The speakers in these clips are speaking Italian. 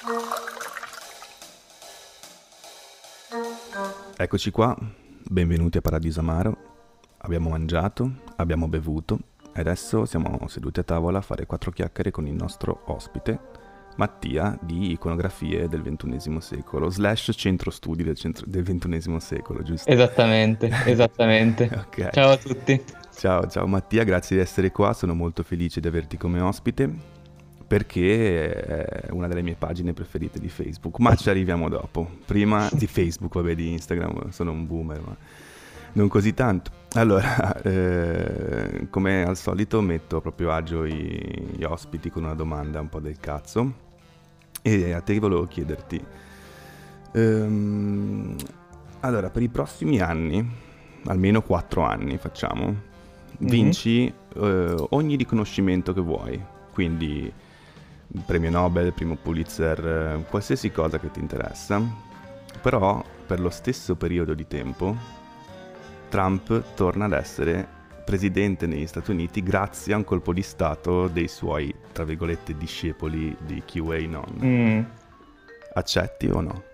Eccoci qua, benvenuti a Paradiso Amaro. Abbiamo mangiato, abbiamo bevuto e adesso siamo seduti a tavola a fare 4 chiacchiere con il nostro ospite, Mattia di Iconografie del XXI secolo, / centro studi del XXI secolo, giusto? Esattamente, esattamente. Ok. Ciao a tutti. Ciao Mattia, grazie di essere qua, sono molto felice di averti come ospite perché è una delle mie pagine preferite di Facebook, ma ci arriviamo dopo. Prima di Facebook, vabbè, di Instagram, sono un boomer, ma non così tanto. Allora, come al solito metto a proprio agio gli ospiti con una domanda un po' del cazzo e a te volevo chiederti, allora, per i prossimi anni, almeno 4 anni facciamo, Mhm. vinci ogni riconoscimento che vuoi, quindi premio Nobel, primo Pulitzer, qualsiasi cosa che ti interessa, però per lo stesso periodo di tempo Trump torna ad essere presidente negli Stati Uniti grazie a un colpo di stato dei suoi, tra virgolette, discepoli di QAnon. Mm. Accetti o no?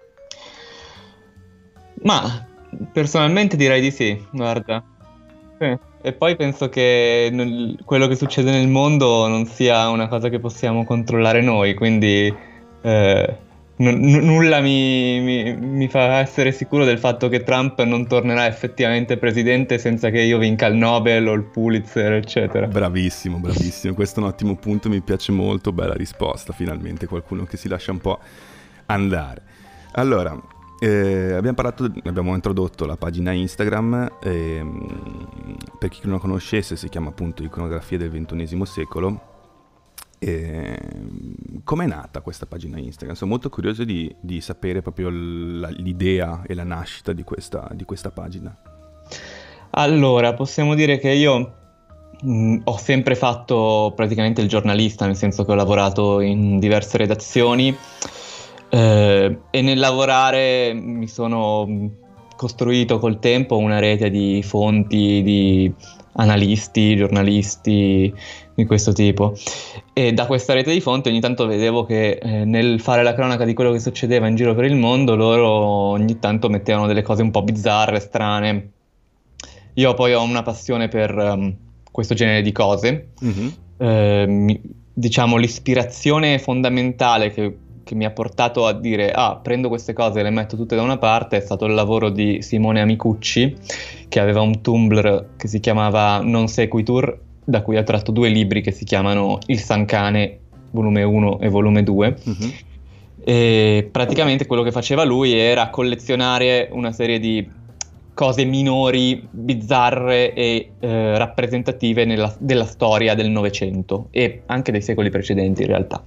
Ma personalmente direi di sì, guarda. Sì. E poi penso che quello che succede nel mondo non sia una cosa che possiamo controllare noi, quindi eh, nulla mi fa essere sicuro del fatto che Trump non tornerà effettivamente presidente senza che io vinca il Nobel o il Pulitzer, eccetera. Bravissimo, bravissimo, questo è un ottimo punto, mi piace molto, bella risposta, finalmente qualcuno che si lascia un po' andare. Allora, abbiamo introdotto la pagina Instagram, per chi non la conoscesse si chiama appunto Iconografie del XXI secolo. Com'è nata questa pagina Instagram? Sono molto curioso di sapere proprio l'idea e la nascita di questa pagina. Allora, possiamo dire che io ho sempre fatto praticamente il giornalista, nel senso che ho lavorato in diverse redazioni e nel lavorare mi sono costruito col tempo una rete di fonti, di analisti, giornalisti di questo tipo. E da questa rete di fonti ogni tanto vedevo che nel fare la cronaca di quello che succedeva in giro per il mondo, loro ogni tanto mettevano delle cose un po' bizzarre, strane. Io poi ho una passione per questo genere di cose. Mhm. Diciamo, l'ispirazione fondamentale che mi ha portato a dire, prendo queste cose e le metto tutte da una parte, è stato il lavoro di Simone Amicucci, che aveva un Tumblr che si chiamava Non Sequitur, da cui ha tratto 2 libri che si chiamano Il San Cane, volume 1 e volume 2. Mhm. E praticamente quello che faceva lui era collezionare una serie di cose minori, bizzarre e rappresentative della storia del Novecento e anche dei secoli precedenti in realtà.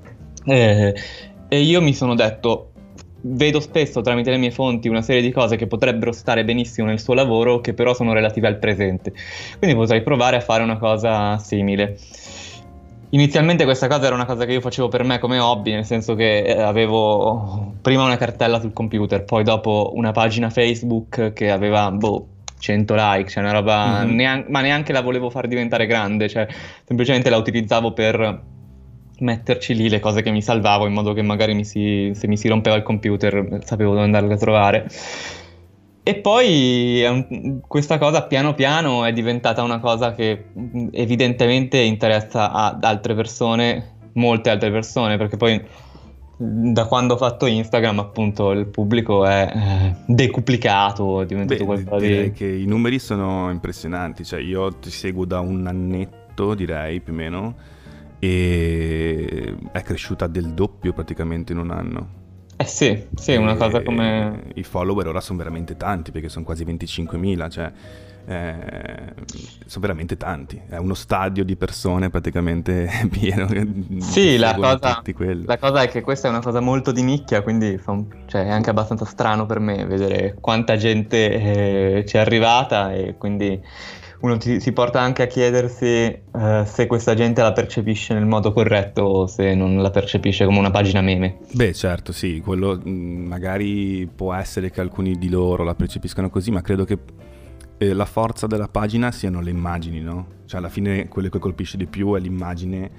E io mi sono detto, vedo spesso tramite le mie fonti una serie di cose che potrebbero stare benissimo nel suo lavoro, che però sono relative al presente. Quindi potrei provare a fare una cosa simile. Inizialmente questa cosa era una cosa che io facevo per me come hobby, nel senso che avevo prima una cartella sul computer, poi dopo una pagina Facebook che aveva 100 like, cioè una roba, Mhm. ma neanche la volevo far diventare grande, cioè semplicemente la utilizzavo per metterci lì le cose che mi salvavo in modo che magari se mi si rompeva il computer sapevo dove andarle a trovare. E poi questa cosa piano piano è diventata una cosa che evidentemente interessa ad altre persone, molte altre persone, perché poi da quando ho fatto Instagram appunto il pubblico è decuplicato, è diventato Beh, qualcosa direi di... che i numeri sono impressionanti, cioè io ti seguo da un annetto, direi più o meno, e è cresciuta del doppio praticamente in un anno. Eh sì, sì, una cosa come... E i follower ora sono veramente tanti perché sono quasi 25.000, cioè sono veramente tanti. È uno stadio di persone praticamente pieno che Sì, seguono tutti quello. la cosa è che questa è una cosa molto di nicchia, quindi cioè, è anche abbastanza strano per me vedere quanta gente ci è arrivata e quindi uno si porta anche a chiedersi se questa gente la percepisce nel modo corretto o se non la percepisce come una pagina meme. Beh, certo, sì, quello magari può essere che alcuni di loro la percepiscano così, ma credo che la forza della pagina siano le immagini, no? Cioè alla fine quello che colpisce di più è l'immagine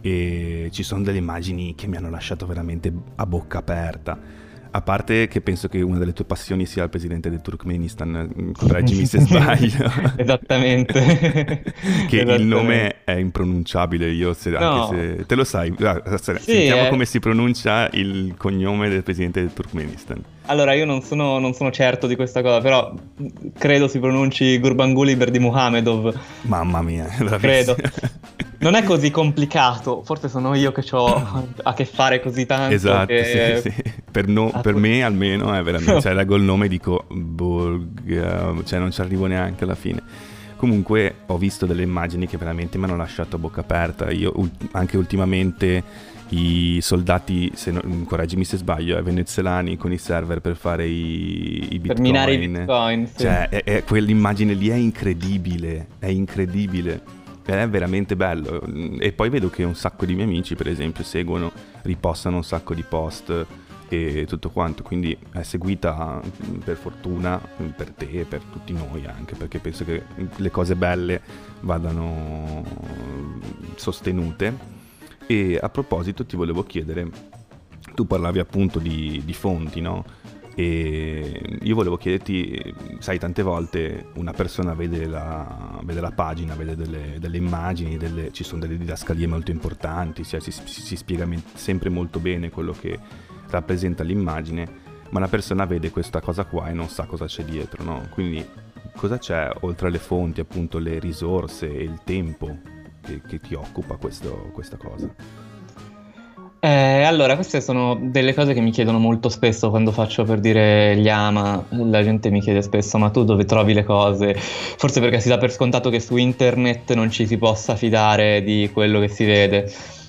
e ci sono delle immagini che mi hanno lasciato veramente a bocca aperta. A parte che penso che una delle tue passioni sia il presidente del Turkmenistan, correggimi se sbaglio. Esattamente. Che il Esattamente. nome è impronunciabile, anche No, se... Te lo sai? sì, Sentiamo come si pronuncia il cognome del presidente del Turkmenistan. allora io non sono certo di questa cosa, però credo si pronunci Gurbanguly Berdimuhamedov, Mamma mia, credo. bravissimo. Non è così complicato, forse sono io che ho a che fare così tanto Esatto, sì, che... sì. Per me almeno è veramente, cioè leggo il nome e dico, cioè non ci arrivo neanche alla fine. Comunque ho visto delle immagini che veramente mi hanno lasciato a bocca aperta. Io anche ultimamente i soldati, correggimi se sbaglio, venezuelani con i server per fare i Per minare i bitcoin. bitcoin, sì. Cioè, quell'immagine lì è incredibile, è incredibile. È veramente bello. E poi vedo che un sacco di miei amici, per esempio, seguono, ripostano un sacco di post e tutto quanto, quindi è seguita per fortuna per te e per tutti noi, anche perché penso che le cose belle vadano sostenute. E a proposito ti volevo chiedere, tu parlavi appunto di fonti, no? E io volevo chiederti, sai, tante volte una persona vede la pagina, vede delle immagini, ci sono delle didascalie molto importanti, si spiega sempre molto bene quello che rappresenta l'immagine, ma una persona vede questa cosa qua e non sa cosa c'è dietro, no? Quindi cosa c'è oltre alle fonti, appunto le risorse e il tempo che ti occupa questa cosa? Allora, queste sono delle cose che mi chiedono molto spesso quando faccio, per dire, gli AMA. La gente mi chiede spesso: ma tu dove trovi le cose? Forse perché si dà per scontato che su internet non ci si possa fidare di quello che si vede.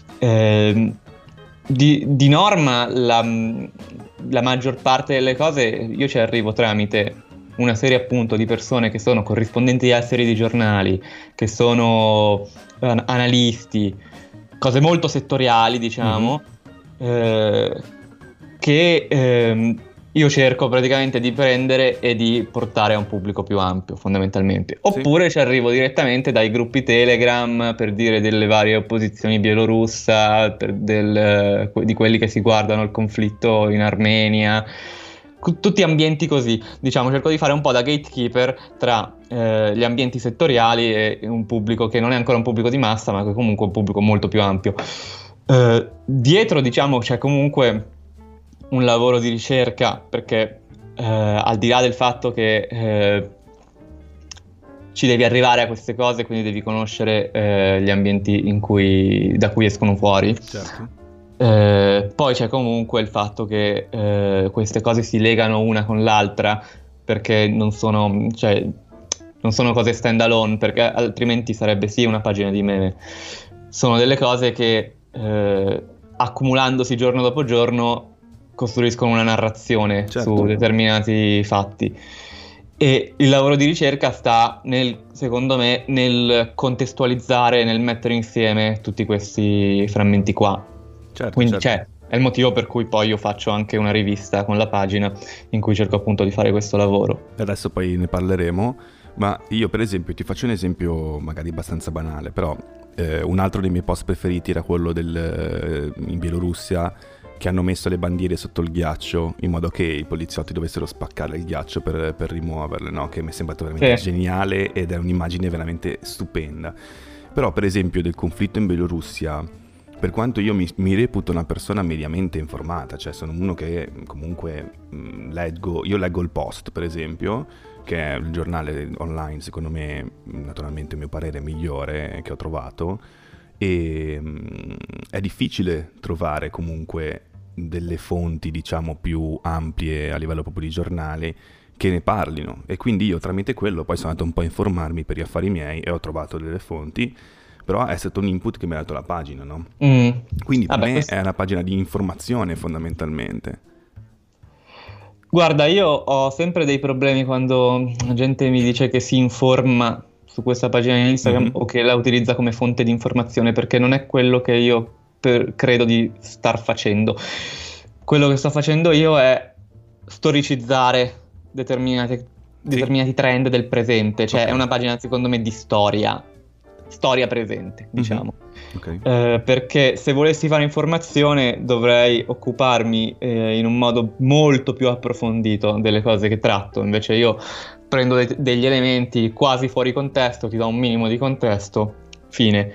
Di norma la maggior parte delle cose io ci arrivo tramite una serie appunto di persone che sono corrispondenti esteri di giornali, che sono analisti, cose molto settoriali, diciamo, che io cerco praticamente di prendere e di portare a un pubblico più ampio, fondamentalmente. Oppure ci arrivo direttamente dai gruppi Telegram, per dire, delle varie opposizioni bielorussa, di quelli che si guardano il conflitto in Armenia, tutti ambienti così, diciamo. Cerco di fare un po' da gatekeeper tra gli ambienti settoriali e un pubblico che non è ancora un pubblico di massa, ma che comunque è un pubblico molto più ampio. Dietro, diciamo, c'è comunque un lavoro di ricerca, perché al di là del fatto che ci devi arrivare a queste cose, quindi devi conoscere gli ambienti da cui escono fuori. Certo. Poi c'è comunque il fatto che queste cose si legano una con l'altra, perché non sono cose stand alone, perché altrimenti sarebbe sì una pagina di meme. Sono delle cose che accumulandosi giorno dopo giorno costruiscono una narrazione, certo, su determinati fatti. E il lavoro di ricerca sta secondo me, nel contestualizzare, nel mettere insieme tutti questi frammenti qua. Certo, Quindi certo. è il motivo per cui poi io faccio anche una rivista con la pagina in cui cerco appunto di fare questo lavoro. Adesso poi ne parleremo, ma io per esempio ti faccio un esempio magari abbastanza banale, però un altro dei miei post preferiti era quello in Bielorussia, che hanno messo le bandiere sotto il ghiaccio in modo che i poliziotti dovessero spaccare il ghiaccio per rimuoverle, no? Che mi è sembrato veramente geniale ed è un'immagine veramente stupenda. Però per esempio del conflitto in Bielorussia, per quanto io mi reputo una persona mediamente informata, cioè sono uno che comunque leggo il Post per esempio, che è il giornale online secondo me, naturalmente a mio parere, migliore che ho trovato, e è difficile trovare comunque delle fonti diciamo più ampie a livello proprio di giornale che ne parlino, e quindi io tramite quello poi sono andato un po' a informarmi per gli affari miei e ho trovato delle fonti. Però è stato un input che mi ha dato la pagina, no? Quindi per me è una pagina di informazione fondamentalmente. Guarda, io ho sempre dei problemi quando la gente mi dice che si informa su questa pagina di Instagram o che la utilizza come fonte di informazione, perché non è quello che io credo di star facendo. Quello che sto facendo io è storicizzare determinati trend del presente, cioè è una pagina secondo me di storia. storia presente, diciamo. Ok. Perché se volessi fare informazione dovrei occuparmi in un modo molto più approfondito delle cose che tratto, invece io prendo degli elementi quasi fuori contesto, ti do un minimo di contesto, fine.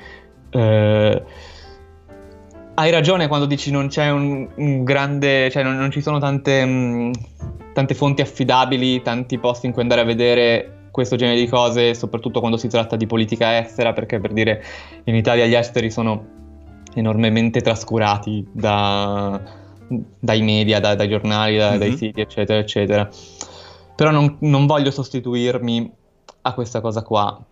Hai ragione quando dici non c'è un grande, cioè non ci sono tante fonti affidabili, tanti posti in cui andare a vedere questo genere di cose, soprattutto quando si tratta di politica estera, perché per dire in Italia gli esteri sono enormemente trascurati dai media, dai giornali, dai siti, eccetera, eccetera. Però non voglio sostituirmi a questa cosa qua.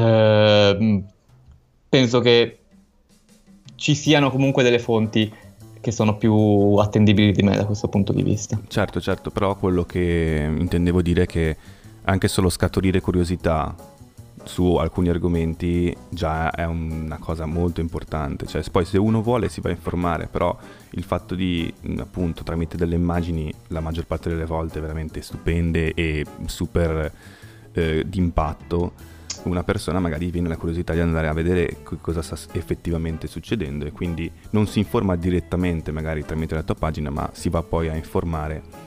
Penso che ci siano comunque delle fonti che sono più attendibili di me da questo punto di vista. Certo, però quello che intendevo dire è che anche solo scaturire curiosità su alcuni argomenti già è una cosa molto importante, cioè poi se uno vuole si va a informare, però il fatto di appunto tramite delle immagini la maggior parte delle volte veramente stupende e super d'impatto, una persona magari viene la curiosità di andare a vedere cosa sta effettivamente succedendo e quindi non si informa direttamente magari tramite la tua pagina, ma si va poi a informare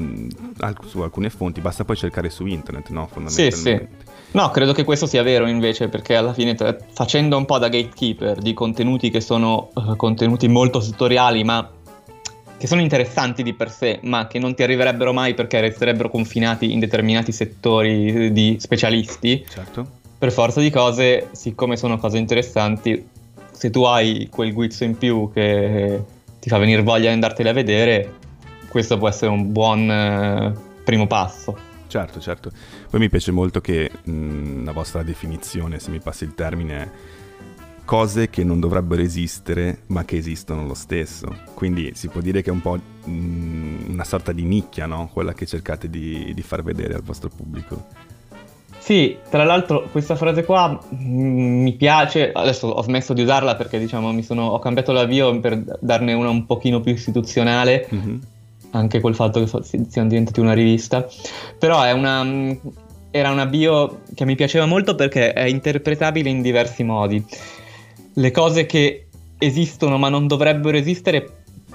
su alcune fonti, basta poi cercare su internet, no? Fondamentalmente. Sì. No, credo che questo sia vero invece, perché alla fine facendo un po' da gatekeeper di contenuti che sono contenuti molto settoriali, ma che sono interessanti di per sé, ma che non ti arriverebbero mai perché resterebbero confinati in determinati settori di specialisti. Certo. Per forza di cose, siccome sono cose interessanti, se tu hai quel guizzo in più che ti fa venire voglia di andartene a vedere, questo può essere un buon primo passo. Certo. Poi mi piace molto che la vostra definizione, se mi passi il termine, è cose che non dovrebbero esistere ma che esistono lo stesso, quindi si può dire che è un po' una sorta di nicchia, no? Quella che cercate di far vedere al vostro pubblico. Sì, tra l'altro questa frase qua mi piace, adesso ho smesso di usarla perché diciamo ho cambiato l'avvio per darne una un pochino più istituzionale, anche col fatto che siamo diventati una rivista, però era una bio che mi piaceva molto perché è interpretabile in diversi modi. Le cose che esistono ma non dovrebbero esistere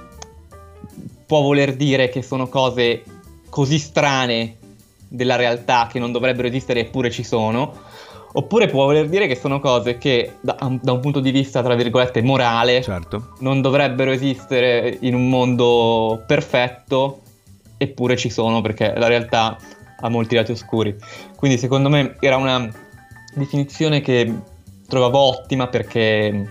può voler dire che sono cose così strane della realtà che non dovrebbero esistere eppure ci sono, oppure può voler dire che sono cose che da un punto di vista tra virgolette morale, certo, non dovrebbero esistere in un mondo perfetto eppure ci sono perché la realtà ha molti lati oscuri. Quindi secondo me era una definizione che trovavo ottima perché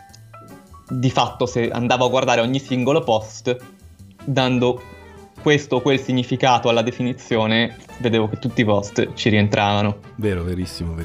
di fatto se andavo a guardare ogni singolo post dando questo o quel significato alla definizione vedevo che tutti i post ci rientravano. Vero, verissimo.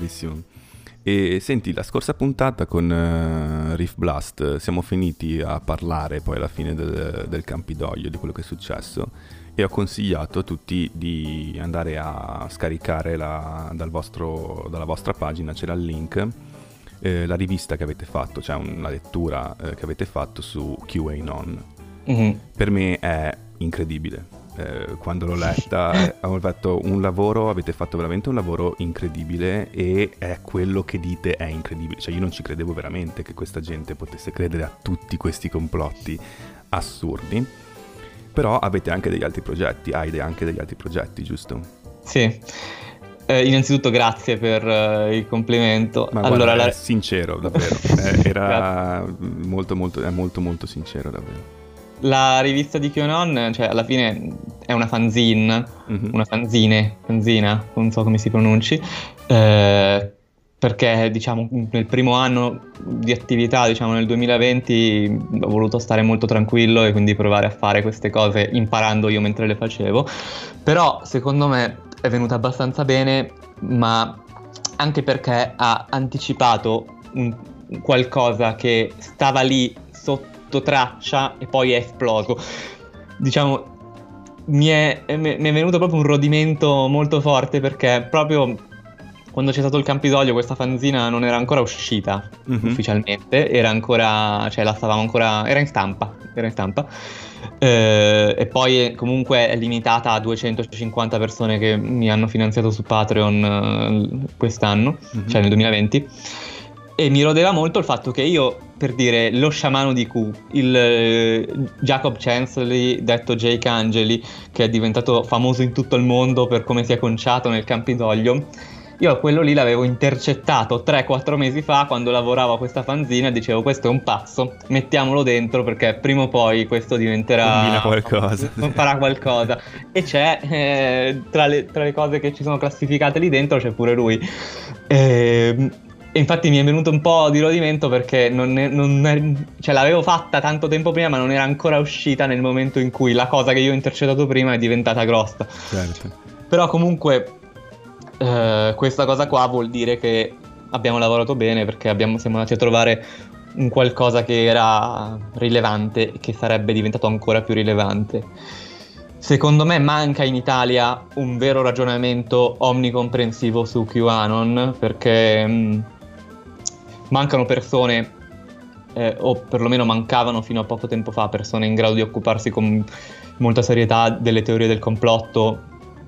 E senti, la scorsa puntata con Riff Blast siamo finiti a parlare poi alla fine del Campidoglio, di quello che è successo, e ho consigliato a tutti di andare a scaricare dalla vostra pagina, c'era il link, la rivista che avete fatto, cioè una lettura che avete fatto su QAnon. Mm-hmm. Per me è incredibile. Quando l'ho letta ho fatto avete fatto veramente un lavoro incredibile e è quello che dite è incredibile, cioè io non ci credevo veramente che questa gente potesse credere a tutti questi complotti assurdi, però avete anche degli altri progetti, anche degli altri progetti, giusto? Sì, innanzitutto grazie per il complimento. Ma allora, guarda, è sincero davvero, era molto sincero davvero. La rivista di QAnon, cioè alla fine è una fanzina, non so come si pronunci, perché diciamo nel primo anno di attività, diciamo nel 2020, ho voluto stare molto tranquillo e quindi provare a fare queste cose imparando io mentre le facevo, però secondo me è venuta abbastanza bene, ma anche perché ha anticipato qualcosa che stava lì sotto traccia e poi è esploso. Diciamo mi è venuto proprio un rodimento molto forte perché proprio quando c'è stato il Campidoglio questa fanzina non era ancora uscita ufficialmente, era ancora, cioè la stavamo ancora, era in stampa e poi comunque è limitata a 250 persone che mi hanno finanziato su Patreon quest'anno, cioè nel 2020. E mi rodeva molto il fatto che io, per dire, lo sciamano di Q, il Jacob Chansley, detto Jake Angeli, che è diventato famoso in tutto il mondo per come si è conciato nel Campidoglio, io quello lì l'avevo intercettato 3-4 mesi fa quando lavoravo a questa fanzina e dicevo questo è un pazzo, mettiamolo dentro perché prima o poi questo diventerà... Combina qualcosa. farà qualcosa. E c'è, tra le cose che ci sono classificate lì dentro c'è pure lui. E infatti mi è venuto un po' di rodimento perché cioè l'avevo fatta tanto tempo prima, ma non era ancora uscita nel momento in cui la cosa che io ho intercettato prima è diventata grossa. Certo. Però comunque questa cosa qua vuol dire che abbiamo lavorato bene, perché siamo andati a trovare un qualcosa che era rilevante e che sarebbe diventato ancora più rilevante. Secondo me manca in Italia un vero ragionamento omnicomprensivo su QAnon, perché mancano persone, o perlomeno mancavano fino a poco tempo fa, persone in grado di occuparsi con molta serietà delle teorie del complotto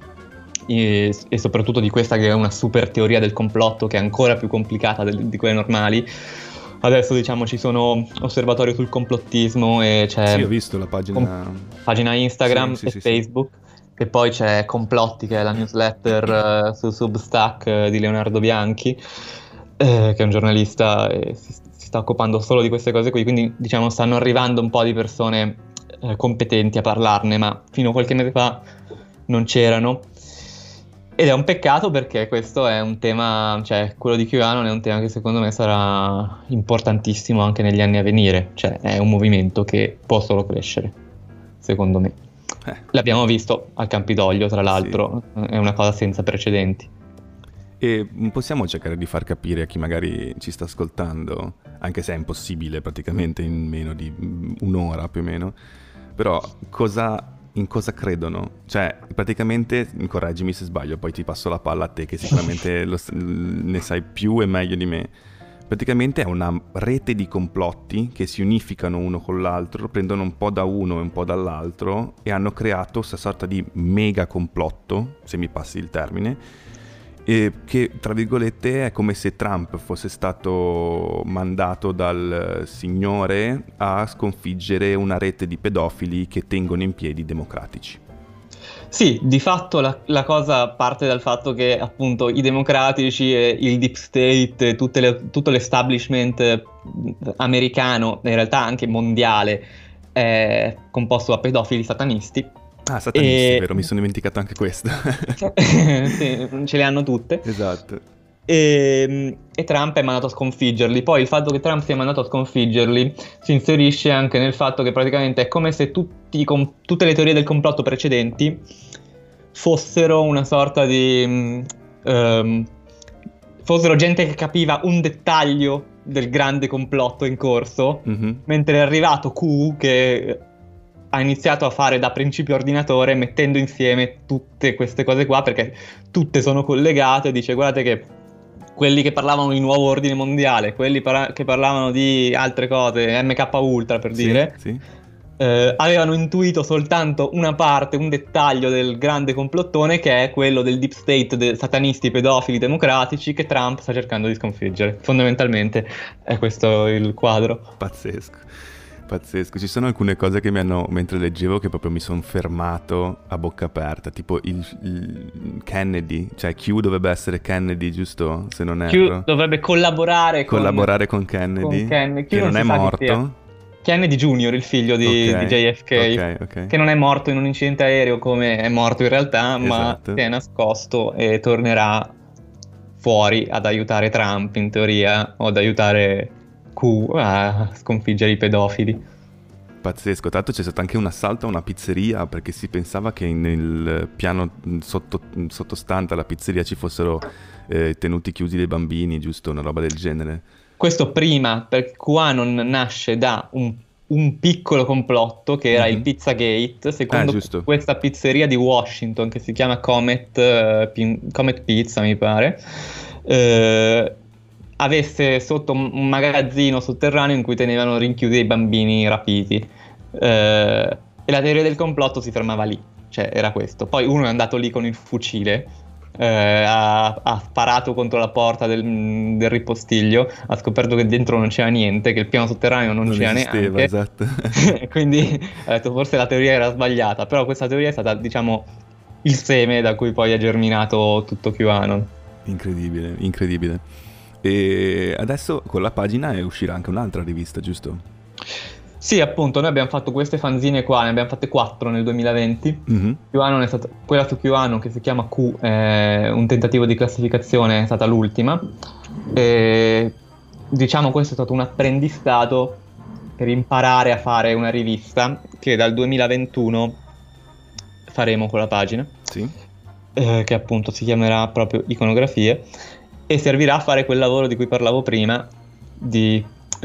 e soprattutto di questa che è una super teoria del complotto che è ancora più complicata di quelle normali. Adesso diciamo ci sono osservatori sul complottismo e c'è Sì, ho visto la pagina Instagram Sì, e sì, Facebook, e poi c'è Complotti, che è la newsletter su Substack di Leonardo Bianchi, che è un giornalista e si sta occupando solo di queste cose qui, quindi diciamo stanno arrivando un po' di persone competenti a parlarne, ma fino a qualche mese fa non c'erano. Ed è un peccato perché questo è un tema, cioè quello di QAnon è un tema che secondo me sarà importantissimo anche negli anni a venire, cioè è un movimento che può solo crescere, secondo me. L'abbiamo visto al Campidoglio, tra l'altro, sì. È una cosa senza precedenti. E possiamo cercare di far capire a chi magari ci sta ascoltando, anche se è impossibile praticamente in meno di un'ora più o meno, però in cosa credono? Cioè, praticamente, correggimi se sbaglio, poi ti passo la palla a te che sicuramente ne sai più e meglio di me. Praticamente è una rete di complotti che si unificano uno con l'altro, prendono un po' da uno e un po' dall'altro e hanno creato questa sorta di mega complotto, se mi passi il termine, che tra virgolette è come se Trump fosse stato mandato dal Signore a sconfiggere una rete di pedofili che tengono in piedi i democratici. Sì, di fatto la cosa parte dal fatto che appunto i democratici e il deep state, tutto l'establishment americano, in realtà anche mondiale, è composto da pedofili satanisti. Ah, satanisti, vero, mi sono dimenticato anche questo. Sì, ce le hanno tutte. Esatto. E Trump è mandato a sconfiggerli. Poi il fatto che Trump sia mandato a sconfiggerli si inserisce anche nel fatto che praticamente è come se tutte le teorie del complotto precedenti fossero una sorta di fossero gente che capiva un dettaglio del grande complotto in corso, mentre è arrivato Q che ha iniziato a fare da principio ordinatore, mettendo insieme tutte queste cose qua, perché tutte sono collegate. Dice: guardate che quelli che parlavano di nuovo ordine mondiale, quelli che parlavano di altre cose, MK Ultra per dire, sì. avevano intuito soltanto una parte, un dettaglio del grande complottone, che è quello del deep state, dei satanisti pedofili democratici che Trump sta cercando di sconfiggere. Fondamentalmente è questo il quadro. Pazzesco, ci sono alcune cose che mentre leggevo, che proprio mi sono fermato a bocca aperta, tipo il Kennedy, cioè Q dovrebbe essere Kennedy, giusto? Se non erro. Q dovrebbe collaborare con Kennedy, che non è morto. Kennedy Jr., il figlio di JFK, che non è morto in un incidente aereo come è morto in realtà, ma si è nascosto e tornerà fuori ad aiutare Trump in teoria, o ad aiutare Q a sconfiggere i pedofili. Pazzesco, tra l'altro c'è stato anche un assalto a una pizzeria perché si pensava che nel piano sottostante alla pizzeria ci fossero tenuti chiusi dei bambini, giusto? Una roba del genere. Questo prima, perché QAnon nasce da un piccolo complotto che era il Pizzagate, secondo questa pizzeria di Washington che si chiama Comet Pizza, mi pare, avesse sotto un magazzino sotterraneo in cui tenevano rinchiudi dei bambini rapiti, e la teoria del complotto si fermava lì, cioè era questo. Poi uno è andato lì con il fucile ha sparato contro la porta del ripostiglio, ha scoperto che dentro non c'era niente, che il piano sotterraneo non c'era esisteva, neanche. esatto. Quindi ha detto forse la teoria era sbagliata, però questa teoria è stata, diciamo, il seme da cui poi è germinato tutto QAnon. Incredibile, incredibile. E adesso con la pagina uscirà anche un'altra rivista, giusto? Sì, appunto, noi abbiamo fatto queste fanzine qua, ne abbiamo fatte 4 nel 2020. QAnon è stata, quella su QAnon che si chiama Q, un tentativo di classificazione, è stata l'ultima. E, diciamo, questo è stato un apprendistato per imparare a fare una rivista che dal 2021 faremo con la pagina, Sì. che appunto si chiamerà proprio Iconografie, e servirà a fare quel lavoro di cui parlavo prima, di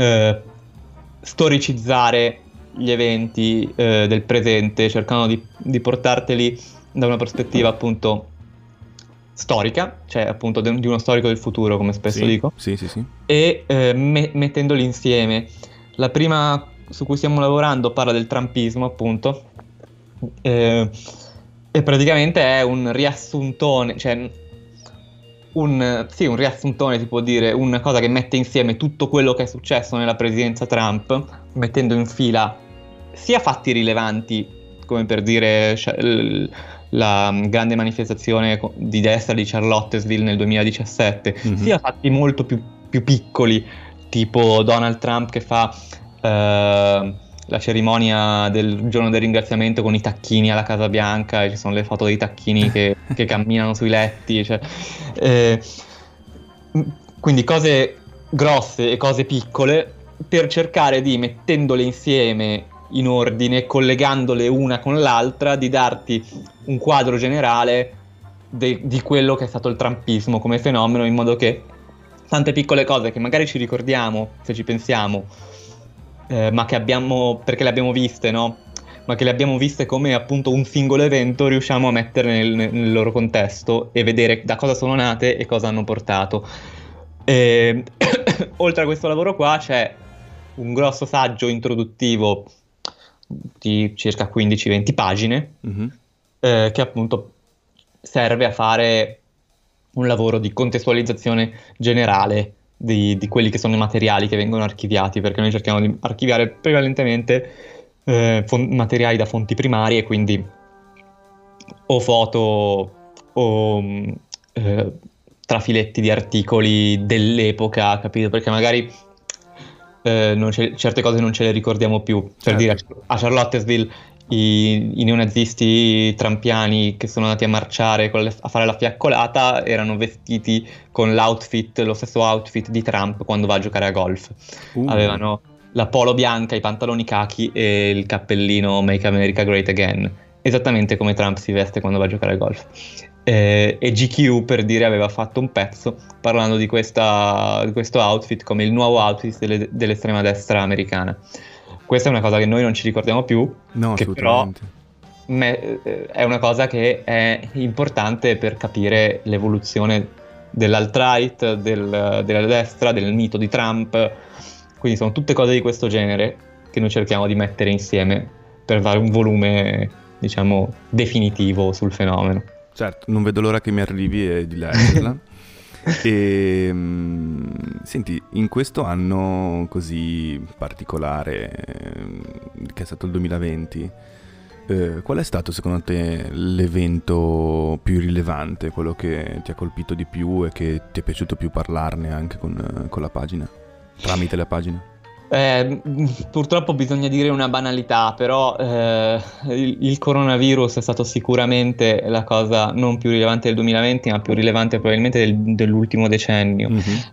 storicizzare gli eventi del presente, cercando di portarteli da una prospettiva appunto storica, cioè appunto di uno storico del futuro, come spesso dico, sì. e mettendoli insieme. La prima su cui stiamo lavorando parla del trumpismo, appunto, e praticamente è un riassuntone, cioè un riassuntone, si può dire, una cosa che mette insieme tutto quello che è successo nella presidenza Trump, mettendo in fila sia fatti rilevanti, come per dire la grande manifestazione di destra di Charlottesville nel 2017, sia fatti molto più piccoli, tipo Donald Trump che fa la cerimonia del giorno del ringraziamento con i tacchini alla Casa Bianca, e ci sono le foto dei tacchini che camminano sui letti, cioè, quindi cose grosse e cose piccole, per cercare di, mettendole insieme in ordine, collegandole una con l'altra, di darti un quadro generale di quello che è stato il trumpismo come fenomeno, in modo che tante piccole cose che magari ci ricordiamo se ci pensiamo, ma che abbiamo, perché le abbiamo viste, no? Ma che le abbiamo viste come appunto un singolo evento, riusciamo a mettere nel loro contesto e vedere da cosa sono nate e cosa hanno portato. Oltre a questo lavoro qua c'è un grosso saggio introduttivo di circa 15-20 pagine, che appunto serve a fare un lavoro di contestualizzazione generale di quelli che sono i materiali che vengono archiviati, perché noi cerchiamo di archiviare prevalentemente materiali da fonti primarie, quindi o foto o trafiletti di articoli dell'epoca, capito? Perché magari certe cose non ce le ricordiamo più. Per dire, a Charlottesville i neonazisti trampiani che sono andati a marciare a fare la fiaccolata erano vestiti con lo stesso outfit di Trump quando va a giocare a golf. Avevano la polo bianca, i pantaloni cachi e il cappellino Make America Great Again, esattamente come Trump si veste quando va a giocare a golf. E GQ, per dire, aveva fatto un pezzo parlando di questo outfit come il nuovo outfit dell'estrema destra americana. Questa è una cosa che noi non ci ricordiamo più, no, che però è una cosa che è importante per capire l'evoluzione dell'alt-right, della destra, del mito di Trump. Quindi sono tutte cose di questo genere che noi cerchiamo di mettere insieme per dare un volume, diciamo, definitivo sul fenomeno. Certo, non vedo l'ora che mi arrivi e di leggerla. E senti, in questo anno così particolare che è stato il 2020, qual è stato secondo te l'evento più rilevante, quello che ti ha colpito di più e che ti è piaciuto più parlarne anche con la pagina, tramite la pagina? Purtroppo bisogna dire una banalità, però il coronavirus è stato sicuramente la cosa non più rilevante del 2020, ma più rilevante probabilmente dell'ultimo decennio.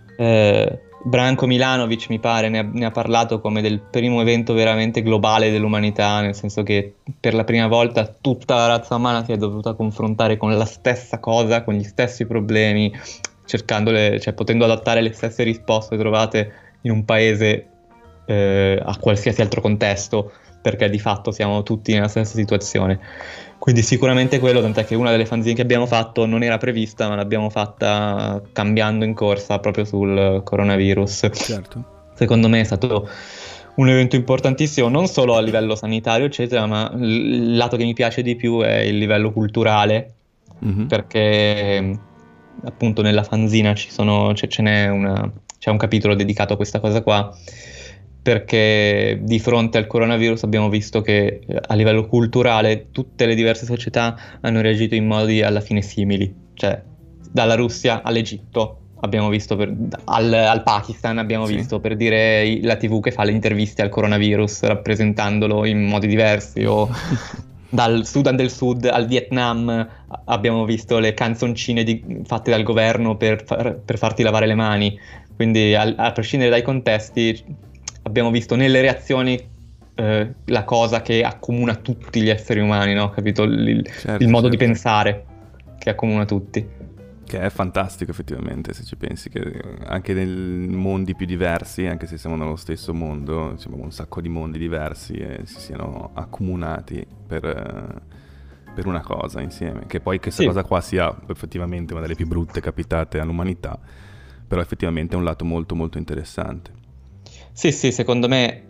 Branko Milanovic, mi pare, ne ha parlato come del primo evento veramente globale dell'umanità, nel senso che per la prima volta tutta la razza umana si è dovuta confrontare con la stessa cosa, con gli stessi problemi, cioè potendo adattare le stesse risposte trovate in un paese a qualsiasi altro contesto, perché di fatto siamo tutti nella stessa situazione. Quindi sicuramente quello, tant'è che una delle fanzine che abbiamo fatto non era prevista, ma l'abbiamo fatta cambiando in corsa proprio sul coronavirus. Certo. Secondo me è stato un evento importantissimo, non solo a livello sanitario eccetera, ma il lato che mi piace di più è il livello culturale, perché appunto nella fanzina c'è un capitolo dedicato a questa cosa qua, perché di fronte al coronavirus abbiamo visto che a livello culturale tutte le diverse società hanno reagito in modi alla fine simili, cioè dalla Russia all'Egitto abbiamo visto, al Pakistan abbiamo visto, per dire, la TV che fa le interviste al coronavirus rappresentandolo in modi diversi, o dal Sudan del Sud al Vietnam abbiamo visto le canzoncine fatte dal governo per farti lavare le mani. Quindi a prescindere dai contesti abbiamo visto nelle reazioni la cosa che accomuna tutti gli esseri umani, no? Capito? Il modo di pensare che accomuna tutti. Che è fantastico effettivamente, se ci pensi, che anche nei mondi più diversi, anche se siamo nello stesso mondo, insomma un sacco di mondi diversi si siano accomunati per una cosa insieme. Che poi questa cosa qua sia effettivamente una delle più brutte capitate all'umanità, però effettivamente è un lato molto molto interessante. Sì, secondo me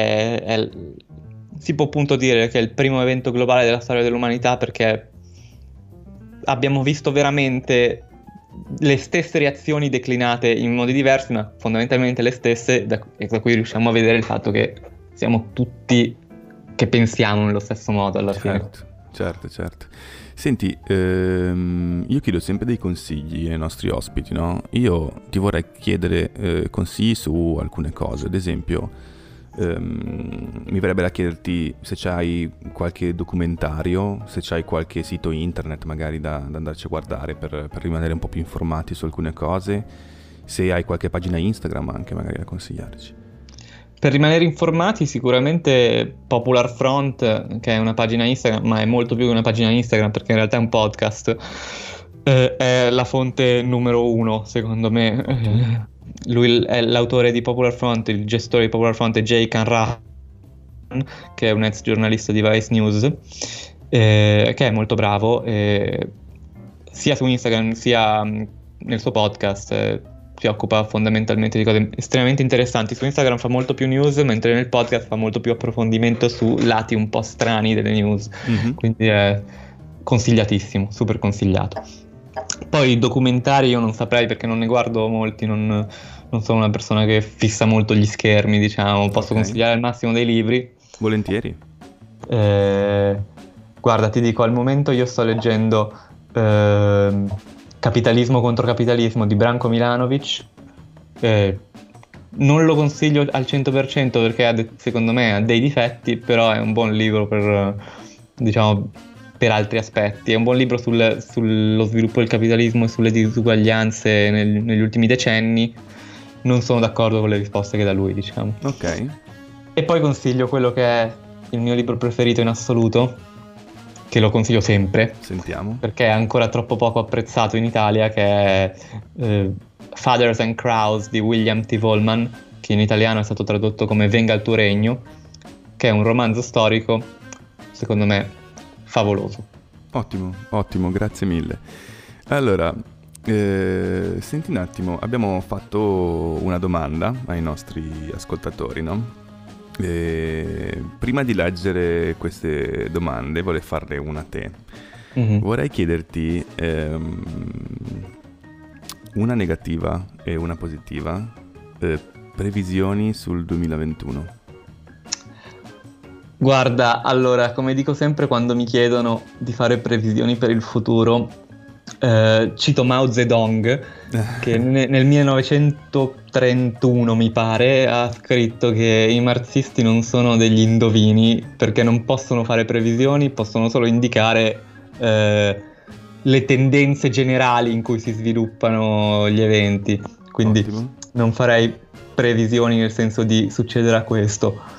si può appunto dire che è il primo evento globale della storia dell'umanità, perché abbiamo visto veramente le stesse reazioni declinate in modi diversi, ma fondamentalmente le stesse, e da cui riusciamo a vedere il fatto che siamo tutti che pensiamo nello stesso modo alla fine. Certo. Senti, io chiedo sempre dei consigli ai nostri ospiti, no? Io ti vorrei chiedere consigli su alcune cose, ad esempio mi verrebbe da chiederti se c'hai qualche documentario, se c'hai qualche sito internet magari da andarci a guardare per rimanere un po' più informati su alcune cose, se hai qualche pagina Instagram anche magari da consigliarci. Per rimanere informati sicuramente Popular Front, che è una pagina Instagram, ma è molto più che una pagina Instagram perché in realtà è un podcast, è la fonte numero uno secondo me. Lui è l'autore di Popular Front, il gestore di Popular Front è Jay Canran, che è un ex giornalista di Vice News, che è molto bravo, sia su Instagram sia nel suo podcast. Si occupa fondamentalmente di cose estremamente interessanti. Su Instagram fa molto più news, mentre nel podcast fa molto più approfondimento su lati un po' strani delle news. Quindi è consigliatissimo, super consigliato. Poi documentari io non saprei perché non ne guardo molti, non sono una persona che fissa molto gli schermi, diciamo. Posso consigliare al massimo dei libri. Volentieri. Guarda, ti dico, al momento io sto leggendo Capitalismo contro capitalismo di Branko Milanovic. Non lo consiglio al 100% perché secondo me ha dei difetti, però è un buon libro per, diciamo, per altri aspetti. È un buon libro sullo sviluppo del capitalismo e sulle disuguaglianze negli ultimi decenni. Non sono d'accordo con le risposte che dà lui, diciamo. Ok. E poi consiglio quello che è il mio libro preferito in assoluto, che lo consiglio sempre. Sentiamo. Perché è ancora troppo poco apprezzato in Italia, che è Fathers and Crows di William T. Vollmann, che in italiano è stato tradotto come Venga il tuo regno, che è un romanzo storico, secondo me, favoloso. Ottimo, grazie mille. Allora, senti un attimo, abbiamo fatto una domanda ai nostri ascoltatori, no? Prima di leggere queste domande vorrei farne una a te. Vorrei chiederti una negativa e una positiva, previsioni sul 2021. Guarda, allora, come dico sempre quando mi chiedono di fare previsioni per il futuro, cito Mao Zedong, che nel 1931 mi pare ha scritto che i marxisti non sono degli indovini perché non possono fare previsioni, possono solo indicare le tendenze generali in cui si sviluppano gli eventi. Quindi non farei previsioni nel senso di succederà questo.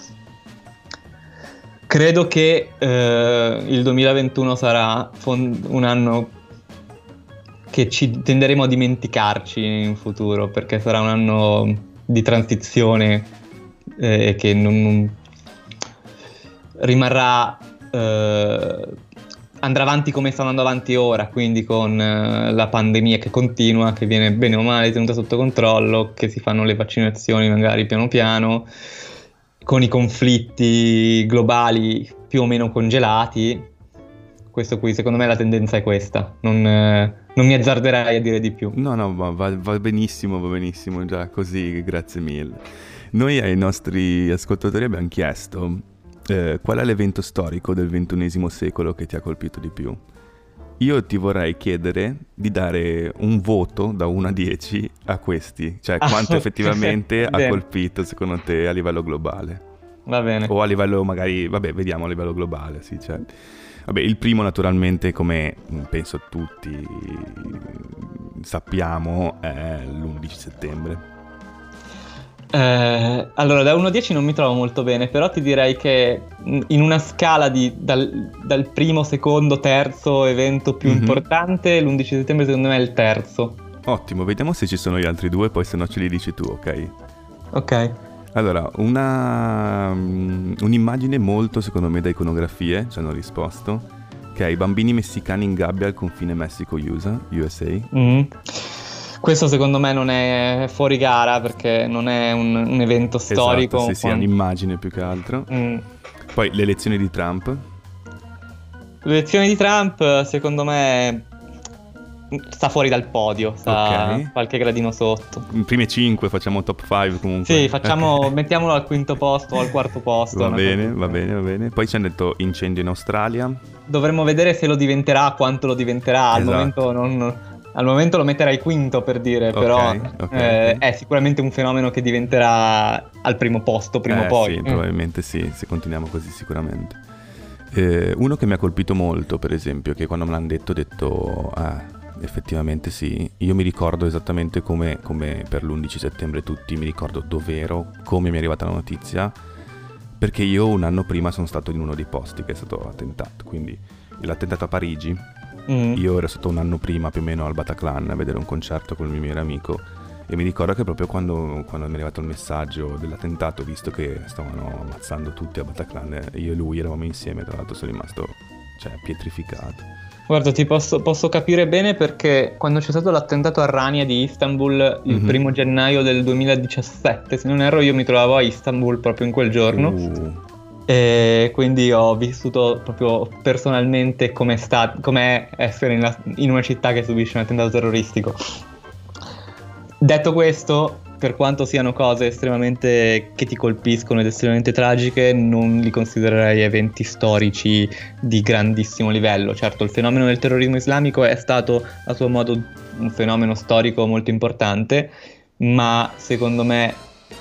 Credo che il 2021 sarà un anno che ci tenderemo a dimenticarci in futuro, perché sarà un anno di transizione che non rimarrà, andrà avanti come sta andando avanti ora, quindi con la pandemia che continua, che viene bene o male tenuta sotto controllo, che si fanno le vaccinazioni magari piano piano, con i conflitti globali più o meno congelati. Questo qui, secondo me la tendenza è questa, non Non mi azzarderai a dire di più. No, no, ma va benissimo, già così, grazie mille. Noi ai nostri ascoltatori abbiamo chiesto qual è l'evento storico del XXI secolo che ti ha colpito di più. Io ti vorrei chiedere di dare un voto da 1 a 10 a questi, cioè quanto effettivamente ha colpito secondo te a livello globale. Va bene. O a livello magari, vabbè, vediamo a livello globale, sì, cioè. Vabbè, il primo naturalmente, come penso tutti sappiamo, è l'11 settembre. Allora, da 1 a 10 non mi trovo molto bene, però ti direi che in una scala dal primo, secondo, terzo evento più importante, l'11 settembre secondo me è il terzo. Ottimo, vediamo se ci sono gli altri due, poi se no ce li dici tu, ok? Ok. Allora, un'immagine molto, secondo me, da iconografie, ci hanno risposto, che è i bambini messicani in gabbia al confine Messico-USA. Questo secondo me non è fuori gara perché non è un evento storico. Esatto, sì, è un'immagine più che altro. Poi le elezioni di Trump. L'elezione di Trump secondo me sta fuori dal podio, sta qualche gradino sotto. Prime 5, facciamo top 5 comunque. Sì, mettiamolo al quinto posto o al quarto posto. Va bene. Poi ci hanno detto incendio in Australia. Dovremmo vedere se lo diventerà, quanto lo diventerà. Al momento lo metterai quinto per dire, però è sicuramente un fenomeno che diventerà al primo posto, prima o poi. Sì, probabilmente sì, se continuiamo così sicuramente. Uno che mi ha colpito molto, per esempio, che quando me l'hanno detto ho detto, effettivamente sì, io mi ricordo esattamente come per l'11 settembre tutti, mi ricordo dov'ero, come mi è arrivata la notizia, perché io un anno prima sono stato in uno dei posti che è stato attentato, quindi l'attentato a Parigi. Io ero stato un anno prima più o meno al Bataclan a vedere un concerto con il mio migliore amico e mi ricordo che proprio quando mi è arrivato il messaggio dell'attentato, visto che stavano ammazzando tutti a Bataclan, io e lui eravamo insieme, tra l'altro sono rimasto pietrificato. Guarda, ti posso capire bene perché quando c'è stato l'attentato a Rania di Istanbul il 1 gennaio del 2017, se non erro, io mi trovavo a Istanbul proprio in quel giorno. E quindi ho vissuto proprio personalmente com'è essere in una città che subisce un attentato terroristico. Detto questo, per quanto siano cose estremamente che ti colpiscono ed estremamente tragiche, non li considererei eventi storici di grandissimo livello. Certo, il fenomeno del terrorismo islamico è stato a suo modo un fenomeno storico molto importante, ma secondo me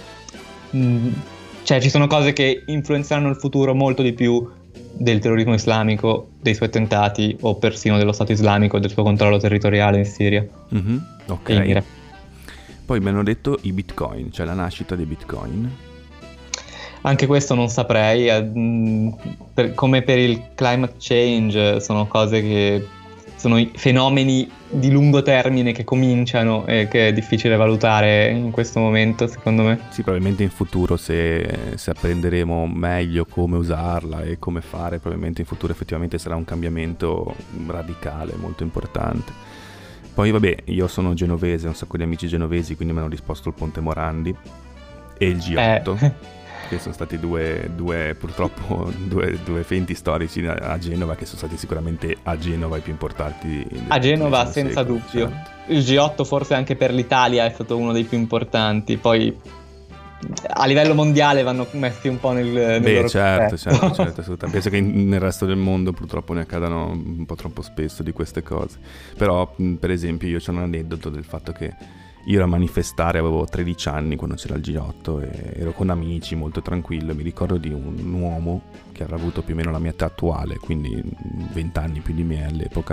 ci sono cose che influenzeranno il futuro molto di più del terrorismo islamico, dei suoi attentati o persino dello Stato islamico e del suo controllo territoriale in Siria. Ok. E in Iraq. Poi mi hanno detto i bitcoin, cioè la nascita dei bitcoin. Anche questo non saprei, come per il climate change, sono cose che sono i fenomeni di lungo termine che cominciano e che è difficile valutare in questo momento, secondo me. Sì, probabilmente in futuro se apprenderemo meglio come usarla e come fare, probabilmente in futuro effettivamente sarà un cambiamento radicale, molto importante. Poi vabbè, io sono genovese, ho un sacco di amici genovesi, quindi mi hanno risposto il Ponte Morandi e il G8. Che sono stati purtroppo due eventi storici a Genova che sono stati sicuramente a Genova i più importanti. A Genova senza dubbio. Certo. Il G8 forse anche per l'Italia è stato uno dei più importanti, poi a livello mondiale vanno messi un po' nel loro certo, assolutamente. Penso che nel resto del mondo purtroppo ne accadano un po' troppo spesso di queste cose. Però per esempio io c'ho un aneddoto del fatto che io ero a manifestare, avevo 13 anni quando c'era il G8 e ero con amici molto tranquillo. Mi ricordo di un uomo che avrà avuto più o meno la mia età attuale, quindi 20 anni più di me all'epoca,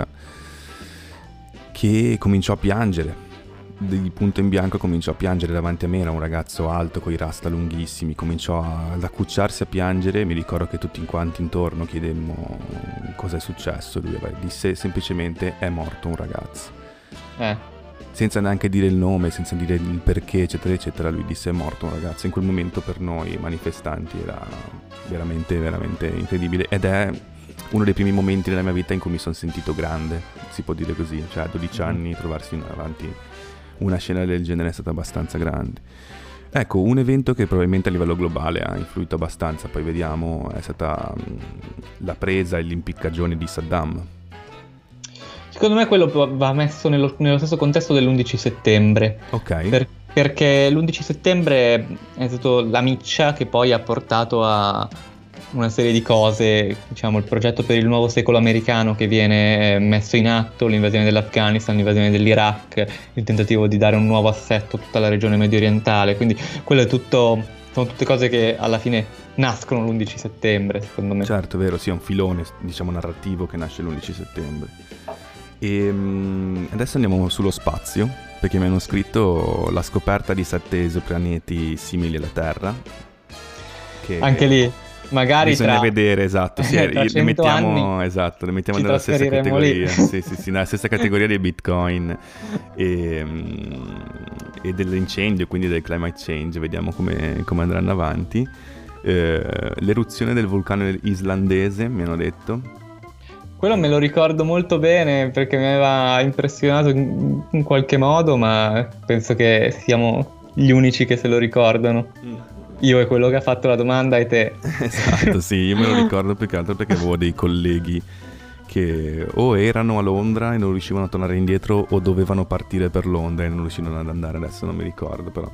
che cominciò a piangere. Di punto in bianco cominciò a piangere davanti a me, era un ragazzo alto con i rasta lunghissimi, cominciò ad accucciarsi a piangere. Mi ricordo che tutti quanti intorno chiedemmo cosa è successo. Lui disse semplicemente è morto un ragazzo. Senza neanche dire il nome, senza dire il perché, eccetera, eccetera, lui disse è morto un ragazzo. In quel momento per noi manifestanti era veramente, veramente incredibile. Ed è uno dei primi momenti nella mia vita in cui mi sono sentito grande, si può dire così. Cioè a 12 anni trovarsi davanti una scena del genere è stata abbastanza grande. Ecco, un evento che probabilmente a livello globale ha influito abbastanza, poi vediamo, è stata la presa e l'impiccagione di Saddam. Secondo me quello va messo nello stesso contesto dell'11 settembre. Ok. Perché l'11 settembre è stato la miccia che poi ha portato a una serie di cose, diciamo il progetto per il nuovo secolo americano che viene messo in atto, l'invasione dell'Afghanistan, l'invasione dell'Iraq, il tentativo di dare un nuovo assetto a tutta la regione medio orientale, quindi quello è tutto, sono tutte cose che alla fine nascono l'11 settembre, secondo me. Certo, è vero, sì, è un filone, diciamo, narrativo che nasce l'11 settembre. E adesso andiamo sullo spazio, perché mi hanno scritto la scoperta di 7 esopianeti simili alla Terra. Che anche lì, magari bisogna tra vedere, esatto, sì, tra le 100 mettiamo, anni esatto, le mettiamo ci nella stessa trasferiremo lì. categoria, sì, nella stessa categoria dei Bitcoin e dell'incendio, quindi del climate change, vediamo come andranno avanti. L'eruzione del vulcano islandese, mi hanno detto. Quello me lo ricordo molto bene perché mi aveva impressionato in qualche modo, ma penso che siamo gli unici che se lo ricordano. Io e quello che ha fatto la domanda e te. Esatto, sì, io me lo ricordo più che altro perché avevo dei colleghi che o erano a Londra e non riuscivano a tornare indietro o dovevano partire per Londra e non riuscivano ad andare, adesso non mi ricordo però.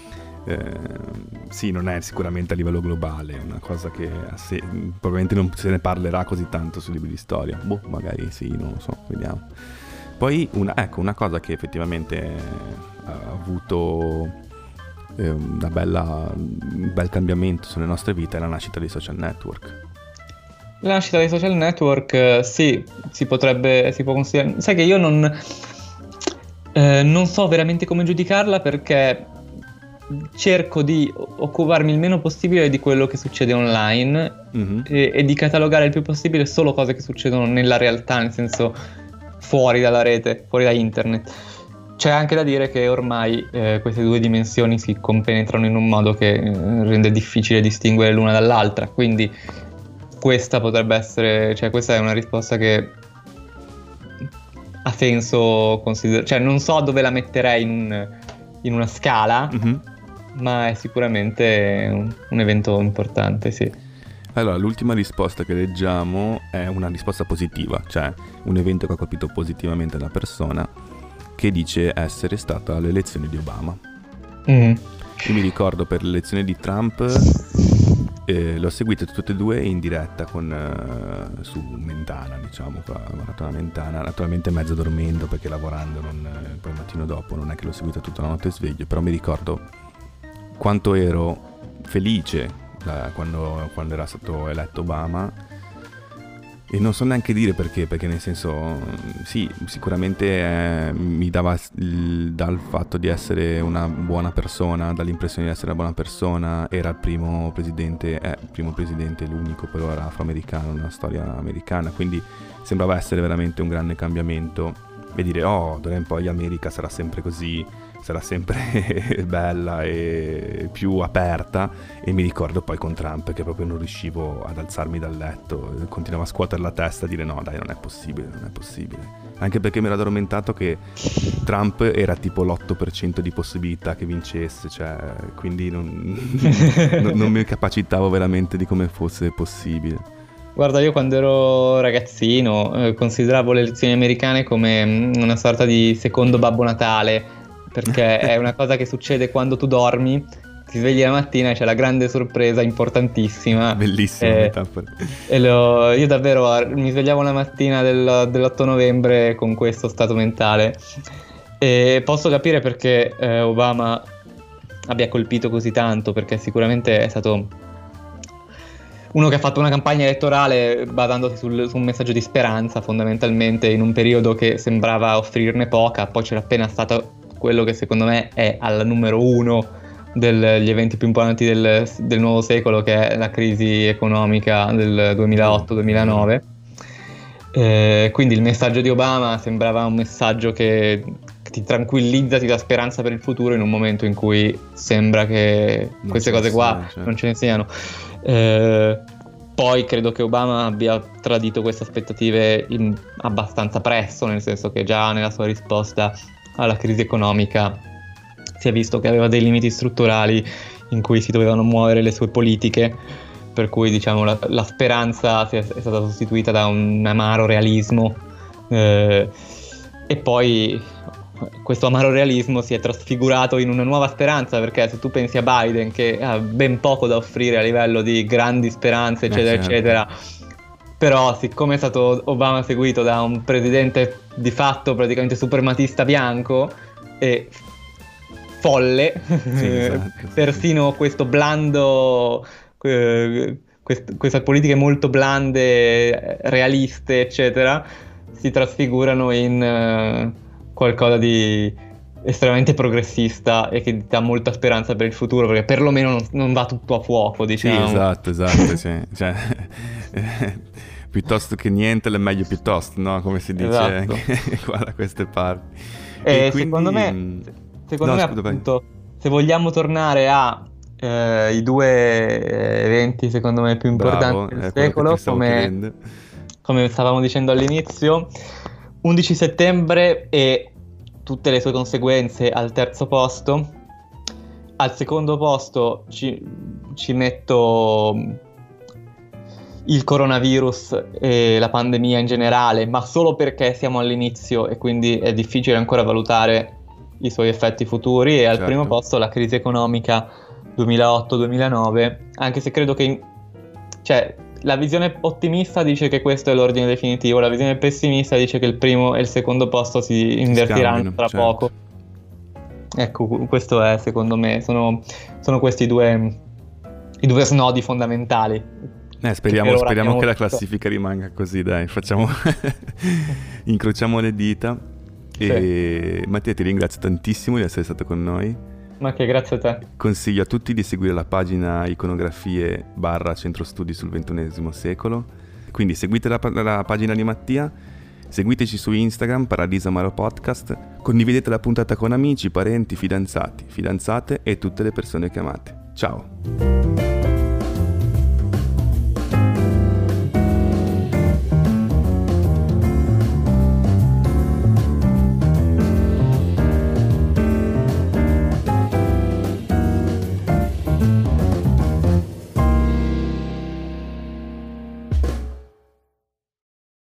Sì, non è sicuramente a livello globale, è una cosa che probabilmente non se ne parlerà così tanto sui libri di storia. Boh, magari sì, non lo so, vediamo. Poi una cosa che effettivamente ha avuto un bel cambiamento sulle nostre vite è la nascita dei social network. La nascita dei social network, sì, si può considerare. Sai che io non so veramente come giudicarla perché cerco di occuparmi il meno possibile di quello che succede online e di catalogare il più possibile solo cose che succedono nella realtà, nel senso fuori dalla rete, fuori da internet. C'è anche da dire che ormai queste due dimensioni si compenetrano in un modo che rende difficile distinguere l'una dall'altra, quindi questa potrebbe essere, cioè questa è una risposta che ha senso considerare, cioè non so dove la metterei in una scala, ma è sicuramente un evento importante, sì. Allora, l'ultima risposta che leggiamo è una risposta positiva, cioè un evento che ha colpito positivamente la persona, che dice essere stata l'elezione di Obama. Io mi ricordo per l'elezione di Trump, l'ho seguito tutte e due in diretta su Mentana, diciamo, ho guardato una Mentana, naturalmente mezzo dormendo perché lavorando, poi il mattino dopo non è che l'ho seguita tutta la notte sveglio, però mi ricordo quanto ero felice quando era stato eletto Obama e non so neanche dire perché nel senso sì, sicuramente mi dava dal fatto di essere una buona persona, dall'impressione di essere una buona persona, era il primo presidente, l'unico però era afroamericano nella storia americana, quindi sembrava essere veramente un grande cambiamento e dire d'ora in poi America sarà sempre così, sarà sempre bella e più aperta. E mi ricordo poi con Trump che proprio non riuscivo ad alzarmi dal letto, continuavo a scuotere la testa a dire no dai, non è possibile, anche perché mi ero addormentato che Trump era tipo l'8% di possibilità che vincesse, cioè quindi non mi capacitavo veramente di come fosse possibile. Guarda, io quando ero ragazzino consideravo le elezioni americane come una sorta di secondo Babbo Natale, perché è una cosa che succede quando tu dormi, ti svegli la mattina e c'è la grande sorpresa importantissima. Bellissima metafora. Io davvero mi svegliavo la mattina dell'8 novembre con questo stato mentale e posso capire perché Obama abbia colpito così tanto, perché sicuramente è stato uno che ha fatto una campagna elettorale basandosi su un messaggio di speranza, fondamentalmente in un periodo che sembrava offrirne poca. Poi c'era appena stato quello che secondo me è al numero uno degli eventi più importanti del nuovo secolo, che è la crisi economica del 2008-2009. Quindi il messaggio di Obama sembrava un messaggio che ti tranquillizza, ti dà speranza per il futuro in un momento in cui sembra che queste cose qua non ce ne siano. Poi credo che Obama abbia tradito queste aspettative abbastanza presto, nel senso che già nella sua risposta alla crisi economica si è visto che aveva dei limiti strutturali in cui si dovevano muovere le sue politiche, per cui diciamo la speranza è stata sostituita da un amaro realismo E poi questo amaro realismo si è trasfigurato in una nuova speranza, perché se tu pensi a Biden, che ha ben poco da offrire a livello di grandi speranze, eccetera, certo. eccetera, però siccome è stato Obama seguito da un presidente di fatto praticamente suprematista bianco e folle, Sì, esatto, sì. persino questo blando, queste politiche molto blande, realiste, eccetera, si trasfigurano in qualcosa di estremamente progressista e che dà molta speranza per il futuro, perché perlomeno non va tutto a fuoco, diciamo. Sì, esatto, sì. Cioè, piuttosto che niente, è meglio piuttosto, no? Come si dice Esatto. anche qua da queste parti. E quindi... secondo me No, scusa, appunto, se vogliamo tornare ai due eventi secondo me più bravo, importanti del è quello che ti secolo, stavo chiedendo. come stavamo dicendo all'inizio, 11 settembre e tutte le sue conseguenze al terzo posto. Al secondo posto ci metto il coronavirus e la pandemia in generale, ma solo perché siamo all'inizio e quindi è difficile ancora valutare i suoi effetti futuri. E al Certo. primo posto la crisi economica 2008-2009, anche se credo che cioè, la visione ottimista dice che questo è l'ordine definitivo, la visione pessimista dice che il primo e il secondo posto si invertiranno scambiano, tra certo. poco. Ecco, questo è, secondo me, sono questi i due snodi fondamentali. Speriamo che la classifica rimanga così, dai, incrociamo le dita. E Sì. Mattia, ti ringrazio tantissimo di essere stato con noi. Ma che grazie a te. Consiglio a tutti di seguire la pagina Iconografie / Centro Studi sul XXI secolo. Quindi seguite la pagina di Mattia, seguiteci su Instagram, Paradiso Amaro Podcast, condividete la puntata con amici, parenti, fidanzati, fidanzate e tutte le persone che amate. Ciao!